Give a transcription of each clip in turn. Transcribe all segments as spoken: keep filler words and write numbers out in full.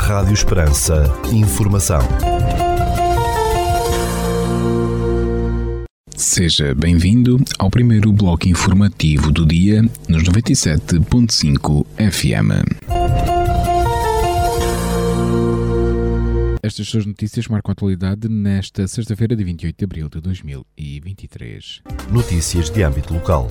Rádio Esperança. Informação. Seja bem-vindo ao primeiro bloco informativo do dia nos noventa e sete ponto cinco F M. Estas suas notícias marcam a atualidade nesta sexta-feira de vinte e oito de abril de dois mil e vinte e três. Notícias de âmbito local.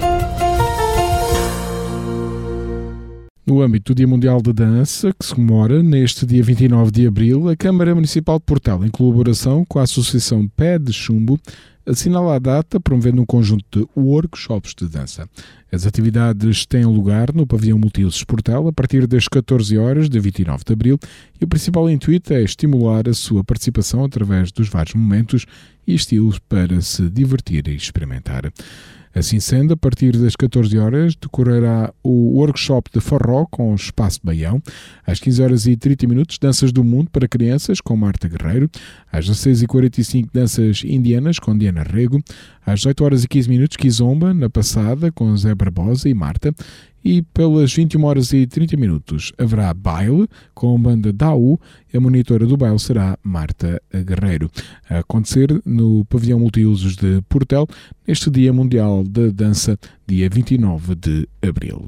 No âmbito do Dia Mundial de Dança, que se comemora neste dia vinte e nove de abril, a Câmara Municipal de Portela, em colaboração com a Associação Pé de Chumbo, assinala a data promovendo um conjunto de workshops de dança. As atividades têm lugar no Pavilhão Multiusos Portela a partir das catorze horas de vinte e nove de abril e o principal intuito é estimular a sua participação através dos vários momentos e estilos para se divertir e experimentar. Assim sendo, a partir das catorze horas decorrerá o workshop de forró com Espaço Baião. Às quinze horas e trinta minutos, danças do mundo para crianças com Marta Guerreiro. Às dezasseis e quarenta e cinco, danças indianas com Diana Rego. Às dezoito horas e quinze minutos, Kizomba na Passada com Zé Barbosa e Marta. E pelas vinte e uma horas e trinta minutos haverá baile com a banda Daú e a monitora do baile será Marta Guerreiro. A acontecer no Pavilhão Multiusos de Portel, neste Dia Mundial da Dança, dia vinte e nove de abril.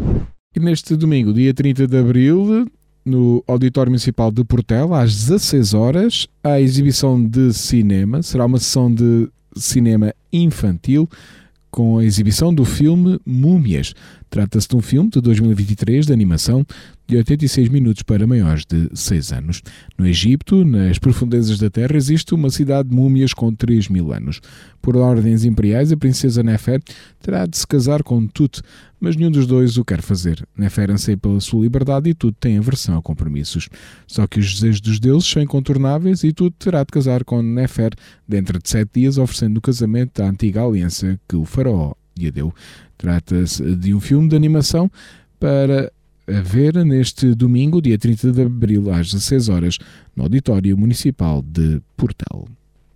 E neste domingo, dia trinta de abril, no Auditório Municipal de Portela, às dezasseis horas, há a exibição de cinema. Será uma sessão de cinema infantil com a exibição do filme Múmias. Trata-se de um filme de dois mil e vinte e três de animação de oitenta e seis minutos para maiores de seis anos. No Egito, nas profundezas da Terra, existe uma cidade de múmias com três mil anos. Por ordens imperiais, a princesa Nefer terá de se casar com Tut, mas nenhum dos dois o quer fazer. Nefer anseia pela sua liberdade e Tut tem aversão a compromissos. Só que os desejos dos deuses são incontornáveis e Tut terá de casar com Nefer dentro de sete dias, oferecendo o casamento à antiga aliança que o faraó lhe deu. Trata-se de um filme de animação para ver neste domingo, dia trinta de abril, às dezasseis horas, no Auditório Municipal de Portel.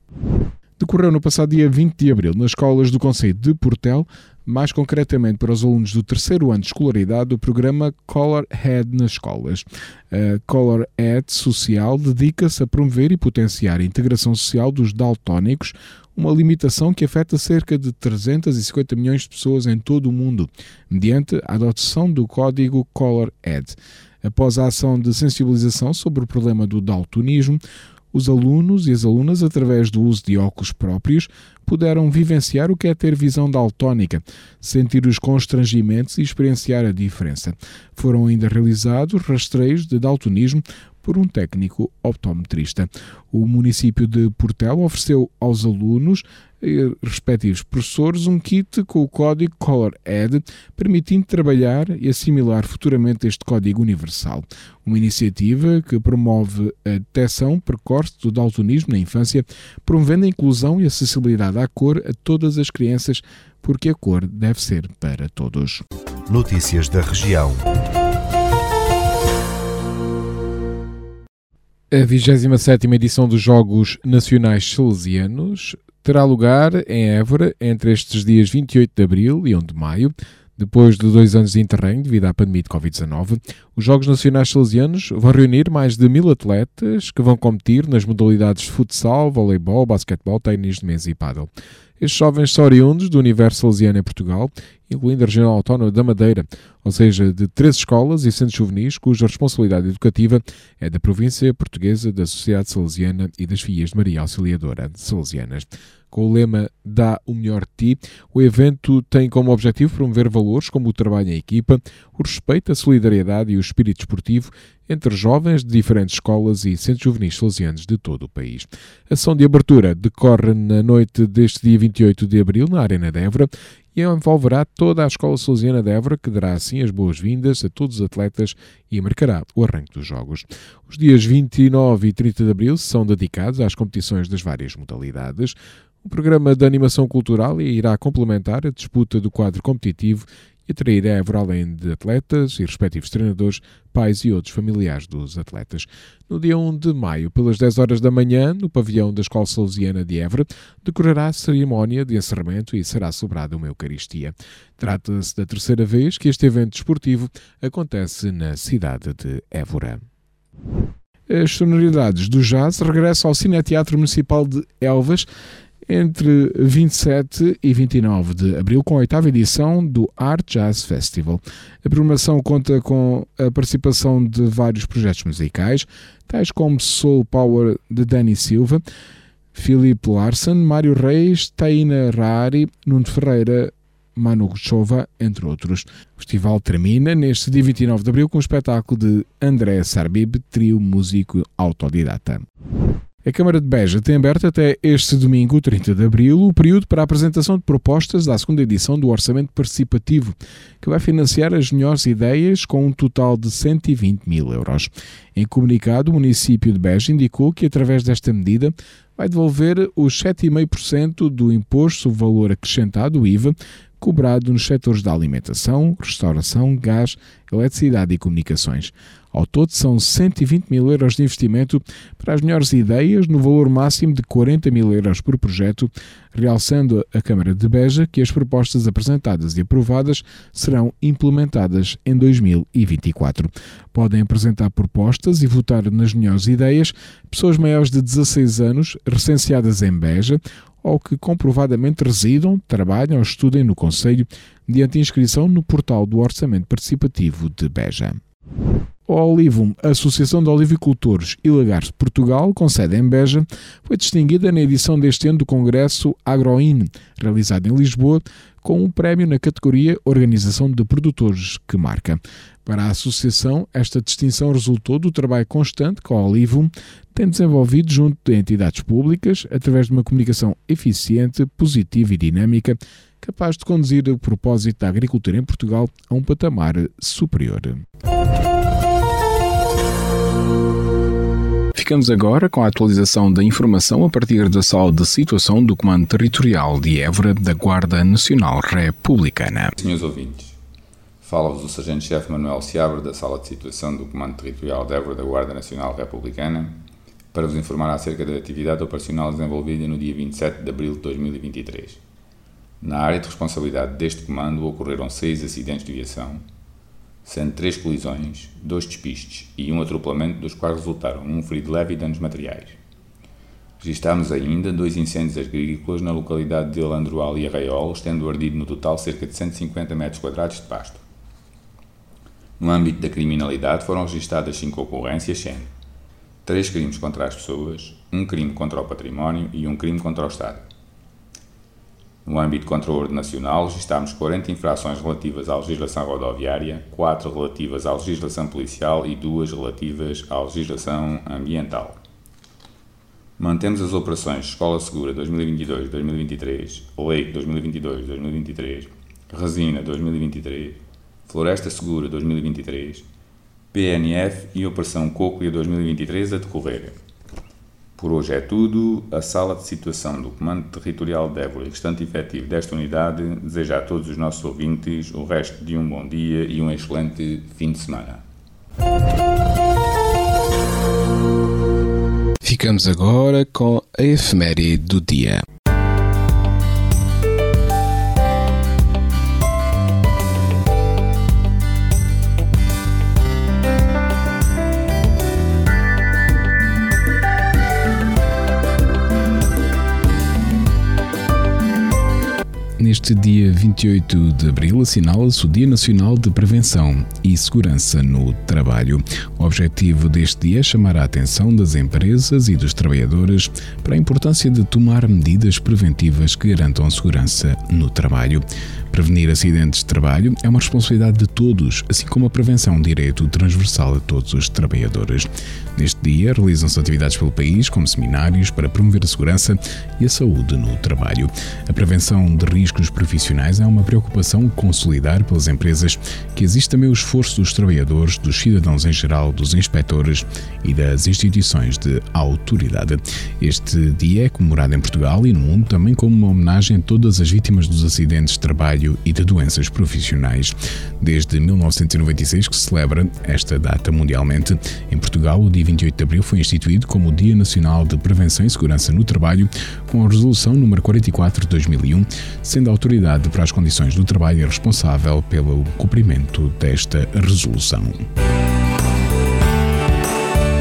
Decorreu no passado dia vinte de abril nas escolas do concelho de Portel, mais concretamente para os alunos do terceiro ano de escolaridade, o programa Color Head nas escolas. A Color Head Social dedica-se a promover e potenciar a integração social dos daltónicos, uma limitação que afeta cerca de trezentos e cinquenta milhões de pessoas em todo o mundo, mediante a adoção do código Color Head. Após a ação de sensibilização sobre o problema do daltonismo, os alunos e as alunas, através do uso de óculos próprios, puderam vivenciar o que é ter visão daltónica, sentir os constrangimentos e experienciar a diferença. Foram ainda realizados rastreios de daltonismo por um técnico optometrista. O município de Portela ofereceu aos alunos e respectivos professores um kit com o código Color Head, permitindo trabalhar e assimilar futuramente este código universal. Uma iniciativa que promove a detecção precoce do daltonismo na infância, promovendo a inclusão e acessibilidade à cor a todas as crianças, porque a cor deve ser para todos. Notícias da região. A vigésima sétima edição dos Jogos Nacionais Salesianos terá lugar em Évora entre estes dias vinte e oito de abril e um de maio. Depois de dois anos de interregno devido à pandemia de covid dezanove, os Jogos Nacionais Salesianos vão reunir mais de mil atletas que vão competir nas modalidades de futsal, voleibol, basquetebol, ténis de mesa e pádel. Estes jovens são oriundos do universo salesiano em Portugal, incluindo a Região Autónoma da Madeira, ou seja, de três escolas e centros juvenis cuja responsabilidade educativa é da província portuguesa da Sociedade Salesiana e das Filhas de Maria Auxiliadora Salesianas. Com o lema Dá o melhor de ti, o evento tem como objetivo promover valores como o trabalho em equipa, o respeito, a solidariedade e o espírito esportivo entre jovens de diferentes escolas e centros juvenis salesianos de todo o país. A ação de abertura decorre na noite deste dia vinte e oito de abril na Arena de Évora e envolverá toda a Escola Salesiana de Évora, que dará assim as boas-vindas a todos os atletas e marcará o arranque dos Jogos. Os dias vinte e nove e trinta de abril são dedicados às competições das várias modalidades. O programa de animação cultural irá complementar a disputa do quadro competitivo e atrair a Évora, além de atletas e respectivos treinadores, pais e outros familiares dos atletas. No dia um de maio, pelas dez horas da manhã, no pavilhão da Escola Salesiana de Évora, decorrerá a cerimónia de encerramento e será celebrada uma Eucaristia. Trata-se da terceira vez que este evento desportivo acontece na cidade de Évora. As sonoridades do jazz regressam ao Cineteatro Municipal de Elvas entre vinte e sete e vinte e nove de abril, com a oitava edição do Art Jazz Festival. A programação conta com a participação de vários projetos musicais, tais como Soul Power de Dani Silva, Philip Larsen, Mário Reis, Taina Rari, Nuno Ferreira, Manu Chova, entre outros. O festival termina neste dia vinte e nove de abril com o espetáculo de André Sarbib, trio músico autodidata. A Câmara de Beja tem aberto até este domingo, trinta de abril, o período para a apresentação de propostas da segunda edição do Orçamento Participativo, que vai financiar as melhores ideias com um total de cento e vinte mil euros. Em comunicado, o município de Beja indicou que, através desta medida, vai devolver os sete vírgula cinco por cento do imposto sobre valor acrescentado, o I V A, cobrado nos setores da alimentação, restauração, gás, eletricidade e comunicações. Ao todo, são cento e vinte mil euros de investimento para as melhores ideias, no valor máximo de quarenta mil euros por projeto, realçando a Câmara de Beja que as propostas apresentadas e aprovadas serão implementadas em dois mil e vinte e quatro. Podem apresentar propostas e votar nas melhores ideias pessoas maiores de dezasseis anos, recenseadas em Beja, ou que comprovadamente residam, trabalham ou estudem no concelho, mediante inscrição no portal do Orçamento Participativo de Beja. O Olivum, a Associação de Olivicultores e Lagares de Portugal, com sede em Beja, foi distinguida na edição deste ano do Congresso AgroIN, realizado em Lisboa, com um prémio na categoria Organização de Produtores que marca. Para a Associação, esta distinção resultou do trabalho constante que a Olivum tem desenvolvido junto de entidades públicas, através de uma comunicação eficiente, positiva e dinâmica, capaz de conduzir o propósito da agricultura em Portugal a um patamar superior. Ficamos agora com a atualização da informação a partir da sala de situação do Comando Territorial de Évora da Guarda Nacional Republicana. Senhores ouvintes, fala-vos o Sargento-Chefe Manuel Seabra da sala de situação do Comando Territorial de Évora da Guarda Nacional Republicana para vos informar acerca da atividade operacional desenvolvida no dia vinte e sete de abril de dois mil e vinte e três. Na área de responsabilidade deste comando ocorreram seis acidentes de viação, sendo três colisões, dois despistes e um atropelamento, dos quais resultaram um ferido leve e danos materiais. Registámos ainda dois incêndios agrícolas na localidade de Alandroal e Arraiolos, tendo ardido no total cerca de cento e cinquenta metros quadrados de pasto. No âmbito da criminalidade foram registadas cinco ocorrências, sendo três crimes contra as pessoas, um crime contra o património e um crime contra o Estado. No âmbito contra a ordem nacional, registámos quarenta infrações relativas à legislação rodoviária, quatro relativas à legislação policial e duas relativas à legislação ambiental. Mantemos as operações Escola Segura dois mil e vinte e dois a dois mil e vinte e três, Leite dois mil e vinte e dois a dois mil e vinte e três, Resina dois mil e vinte e três, Floresta Segura dois mil e vinte e três, P N F e Operação Cóclea dois mil e vinte e três a decorrer. Por hoje é tudo. A sala de situação do Comando Territorial de Évora e o restante efetivo desta unidade deseja a todos os nossos ouvintes o resto de um bom dia e um excelente fim de semana. Ficamos agora com a efeméride do dia. Neste dia vinte e oito de abril assinala-se o Dia Nacional de Prevenção e Segurança no Trabalho. O objetivo deste dia é chamar a atenção das empresas e dos trabalhadores para a importância de tomar medidas preventivas que garantam a segurança no trabalho. Prevenir acidentes de trabalho é uma responsabilidade de todos, assim como a prevenção é um direito transversal a todos os trabalhadores. Neste dia, realizam-se atividades pelo país, como seminários para promover a segurança e a saúde no trabalho. A prevenção de riscos profissionais é uma preocupação a consolidar pelas empresas, que existe também o esforço dos trabalhadores, dos cidadãos em geral, dos inspectores e das instituições de autoridade. Este dia é comemorado em Portugal e no mundo também como uma homenagem a todas as vítimas dos acidentes de trabalho e de doenças profissionais. Desde mil novecentos e noventa e seis que se celebra esta data mundialmente. Em Portugal, o dia vinte e oito de abril foi instituído como o Dia Nacional de Prevenção e Segurança no Trabalho, com a Resolução número quarenta e quatro de dois mil e um, sendo a autoridade para as condições do trabalho responsável pelo cumprimento desta resolução.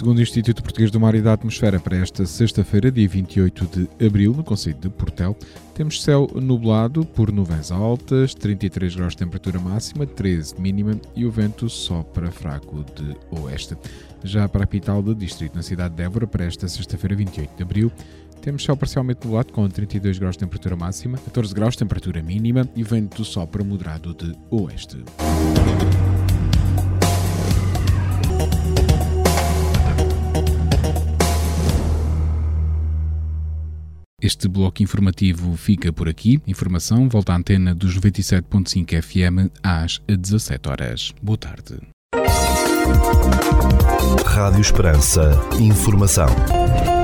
Segundo o Instituto Português do Mar e da Atmosfera, para esta sexta-feira, dia vinte e oito de abril, no concelho de Portel, temos céu nublado por nuvens altas, trinta e três graus de temperatura máxima, treze de mínima e o vento sopra fraco de oeste. Já para a capital do distrito, na cidade de Évora, para esta sexta-feira, vinte e oito de abril, temos céu parcialmente nublado com trinta e dois graus de temperatura máxima, catorze graus de temperatura mínima e vento sopra moderado de oeste. Este bloco informativo fica por aqui. Informação volta à antena dos noventa e sete ponto cinco F M às dezassete horas. Boa tarde. Rádio Esperança. Informação.